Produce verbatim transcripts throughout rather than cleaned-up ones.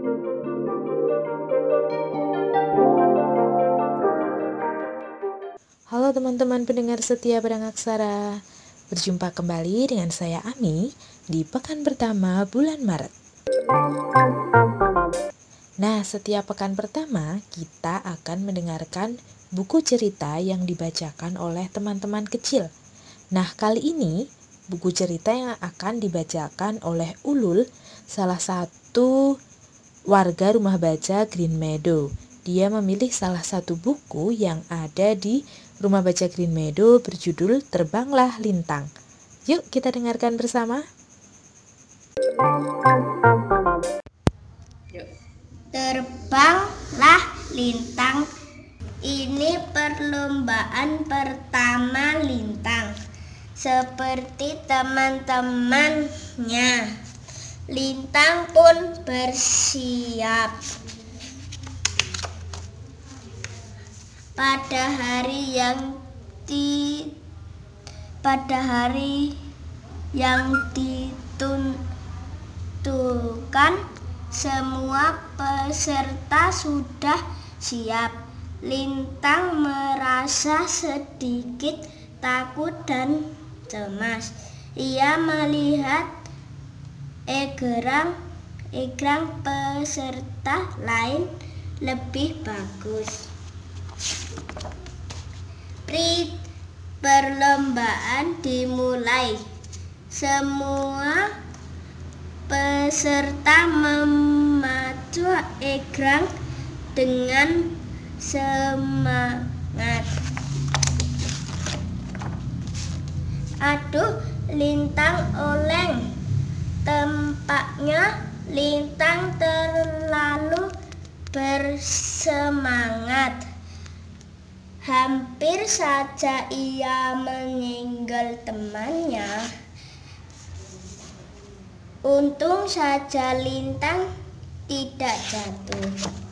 Halo teman-teman pendengar setia Padang Aksara. Berjumpa kembali dengan saya Ami di pekan pertama bulan Maret. Nah, setiap pekan pertama kita akan mendengarkan buku cerita yang dibacakan oleh teman-teman kecil. Nah, kali ini buku cerita yang akan dibacakan oleh Ulul, salah satu warga rumah baca Green Meadow. Dia memilih salah satu buku yang ada di Rumah Baca Green Meadow berjudul Terbanglah Lintang. Yuk kita dengarkan bersama. Terbanglah Lintang. Ini perlombaan pertama Lintang. Seperti teman-temannya, Lintang pun bersiap. Pada hari yang di pada hari yang ditentukan, semua peserta sudah siap. Lintang merasa sedikit takut dan cemas. Ia melihat egrang-egrang peserta lain lebih bagus. Prit, perlombaan dimulai. Semua peserta memacu egrang dengan semangat. Aduh, Lintang oleng. Tampaknya Lintang terlalu bersemangat. Hampir saja ia menyenggol temannya. Untung saja Lintang tidak jatuh.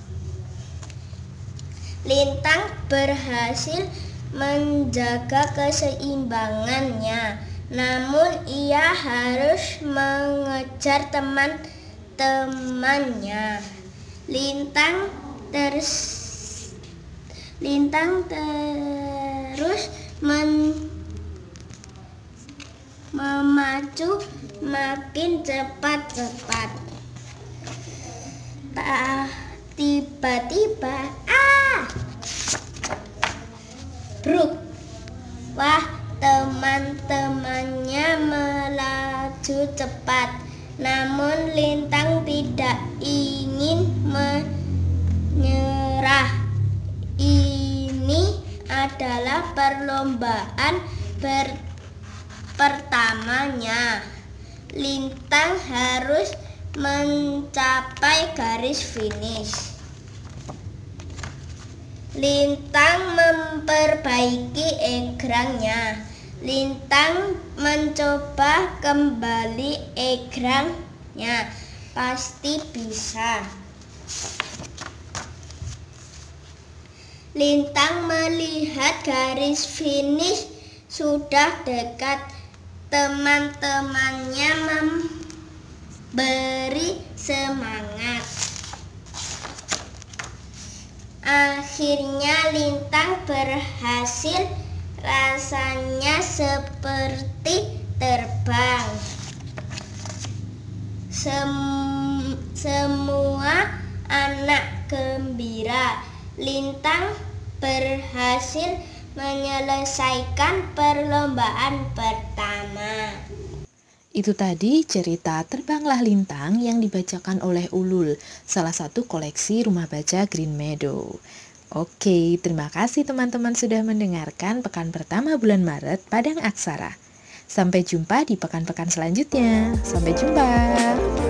Lintang berhasil menjaga keseimbangannya, namun ia harus mengejar teman-temannya. Lintang terus Lintang terus men, memacu makin cepat-cepat. Tiba-tiba, ah, bruk! Wah, teman-temannya melaju cepat. Namun Lintang tidak ingin menyerah. Ini adalah perlombaan ber- pertamanya. Lintang harus mencapai garis finish. Lintang memperbaiki egrangnya. Lintang mencoba kembali egrangnya. Pasti bisa. Lintang melihat garis finish sudah dekat. Teman-temannya memberi semangat. Akhirnya Lintang berhasil. Rasanya seperti terbang. Sem- semua anak gembira. Lintang berhasil menyelesaikan perlombaan pertama. Itu tadi cerita Terbanglah Lintang yang dibacakan oleh Ulul, salah satu koleksi Rumah Baca Green Meadow. Oke, terima kasih teman-teman sudah mendengarkan pekan pertama bulan Maret Padang Aksara. Sampai jumpa di pekan-pekan selanjutnya. Sampai jumpa.